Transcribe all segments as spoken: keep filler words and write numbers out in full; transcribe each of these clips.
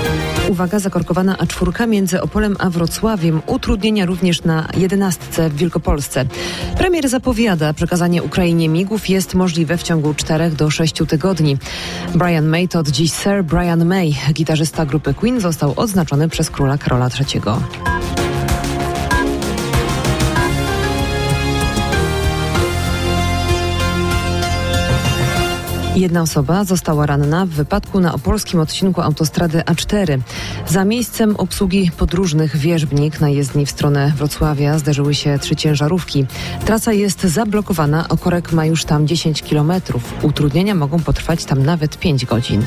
Uwaga, zakorkowana A cztery między Opolem a Wrocławiem. Utrudnienia również na jedenastce w Wielkopolsce. Premier zapowiada, przekazanie Ukrainie migów jest możliwe w ciągu czterech do sześciu tygodni. Brian May to od dziś Sir Brian May. Gitarzysta grupy Queen został odznaczony przez króla Karola trzeciego. Jedna osoba została ranna w wypadku na opolskim odcinku autostrady A cztery. Za miejscem obsługi podróżnych Wierzbnik na jezdni w stronę Wrocławia zderzyły się trzy ciężarówki. Trasa jest zablokowana, a korek ma już tam dziesięć kilometrów. Utrudnienia mogą potrwać tam nawet pięć godzin.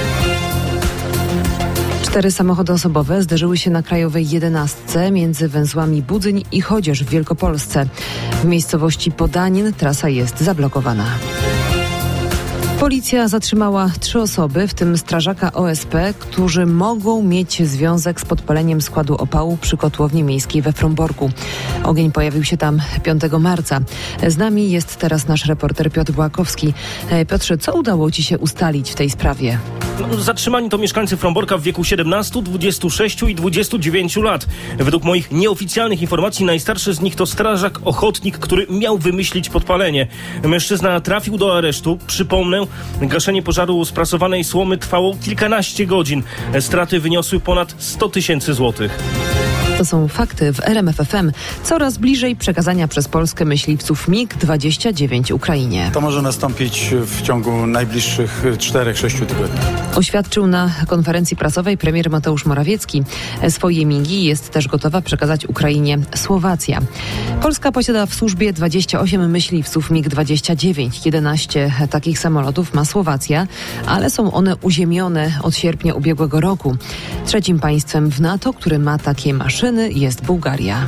Cztery samochody osobowe zderzyły się na krajowej jedenastce między węzłami Budzyń i Chodzież w Wielkopolsce. W miejscowości Podanin trasa jest zablokowana. Policja zatrzymała trzy osoby, w tym strażaka O S P, którzy mogą mieć związek z podpaleniem składu opału przy kotłowni miejskiej we Fromborku. Ogień pojawił się tam piątego marca. Z nami jest teraz nasz reporter Piotr Błakowski. Piotrze, co udało Ci się ustalić w tej sprawie? No, zatrzymani to mieszkańcy Fromborka w wieku siedemnastu, dwudziestu sześciu i dwudziestu dziewięciu lat. Według moich nieoficjalnych informacji najstarszy z nich to strażak ochotnik, który miał wymyślić podpalenie. Mężczyzna trafił do aresztu. Przypomnę, gaszenie pożaru z prasowanej słomy trwało kilkanaście godzin. Straty wyniosły ponad sto tysięcy złotych. To są fakty w R M F F M. Coraz bliżej przekazania przez Polskę myśliwców mig dwadzieścia dziewięć Ukrainie. To może nastąpić w ciągu najbliższych czterech do sześciu tygodni. Oświadczył na konferencji prasowej premier Mateusz Morawiecki. Swoje migi jest też gotowa przekazać Ukrainie Słowacja. Polska posiada w służbie dwadzieścia osiem myśliwców mig dwadzieścia dziewięć. jedenaście takich samolotów ma Słowacja, ale są one uziemione od sierpnia ubiegłego roku. Trzecim państwem w NATO, który ma takie maszyny, jest Bułgaria.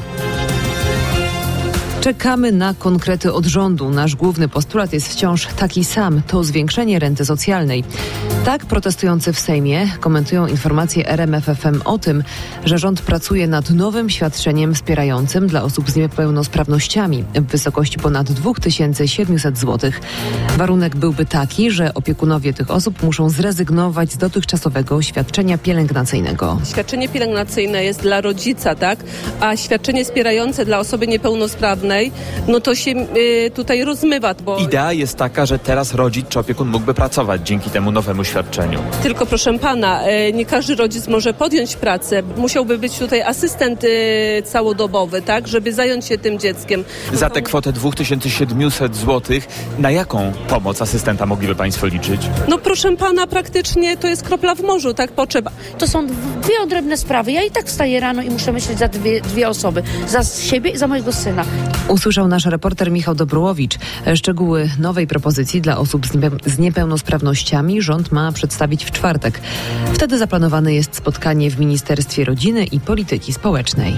Czekamy na konkrety od rządu. Nasz główny postulat jest wciąż taki sam. To zwiększenie renty socjalnej. Tak protestujący w Sejmie komentują informacje R M F F M o tym, że rząd pracuje nad nowym świadczeniem wspierającym dla osób z niepełnosprawnościami w wysokości ponad dwa tysiące siedemset złotych. Warunek byłby taki, że opiekunowie tych osób muszą zrezygnować z dotychczasowego świadczenia pielęgnacyjnego. Świadczenie pielęgnacyjne jest dla rodzica, tak? A świadczenie wspierające dla osoby niepełnosprawnej, no to się y, tutaj rozmywa. Bo... Idea jest taka, że teraz rodzic czy opiekun mógłby pracować dzięki temu nowemu świadczeniu. Tylko proszę pana, y, nie każdy rodzic może podjąć pracę. Musiałby być tutaj asystent y, całodobowy, tak, żeby zająć się tym dzieckiem. Za tę kwotę dwa tysiące siedemset złotych na jaką pomoc asystenta mogliby państwo liczyć? No proszę pana, praktycznie to jest kropla w morzu, tak, potrzeba. To są dwie odrębne sprawy. Ja i tak wstaję rano i muszę myśleć za dwie, dwie osoby. Za siebie i za mojego syna. Usłyszał nasz reporter Michał Dobrołowicz. Szczegóły nowej propozycji dla osób z, niepe- z niepełnosprawnościami rząd ma przedstawić w czwartek. Wtedy zaplanowane jest spotkanie w Ministerstwie Rodziny i Polityki Społecznej.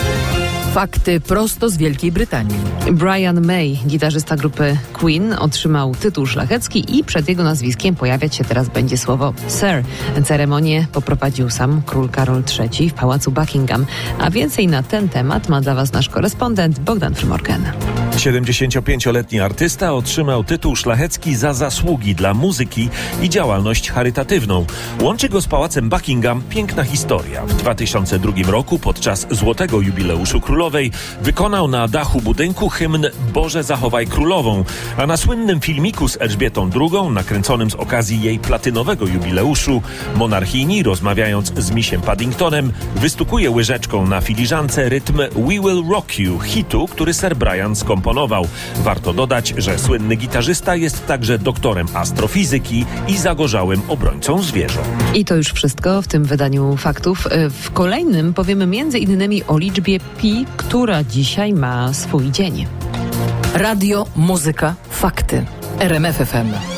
Fakty prosto z Wielkiej Brytanii. Brian May, gitarzysta grupy Queen, otrzymał tytuł szlachecki i przed jego nazwiskiem pojawiać się teraz będzie słowo Sir. Ceremonię poprowadził sam król Karol trzeci w pałacu Buckingham. A więcej na ten temat ma dla Was nasz korespondent Bogdan Frymorgan. siedemdziesięciopięcioletni artysta otrzymał tytuł szlachecki za zasługi dla muzyki i działalność charytatywną. Łączy go z pałacem Buckingham piękna historia. W dwa tysiące drugim roku podczas złotego jubileuszu królowej wykonał na dachu budynku hymn Boże zachowaj królową, a na słynnym filmiku z Elżbietą drugą, nakręconym z okazji jej platynowego jubileuszu, monarchini, rozmawiając z misiem Paddingtonem, wystukuje łyżeczką na filiżance rytm We Will Rock You, hitu, który Sir Brian skomponował. Warto dodać, że słynny gitarzysta jest także doktorem astrofizyki i zagorzałym obrońcą zwierząt. I to już wszystko w tym wydaniu faktów. W kolejnym powiemy między innymi o liczbie pi, która dzisiaj ma swój dzień. Radio, muzyka, fakty. R M F F M.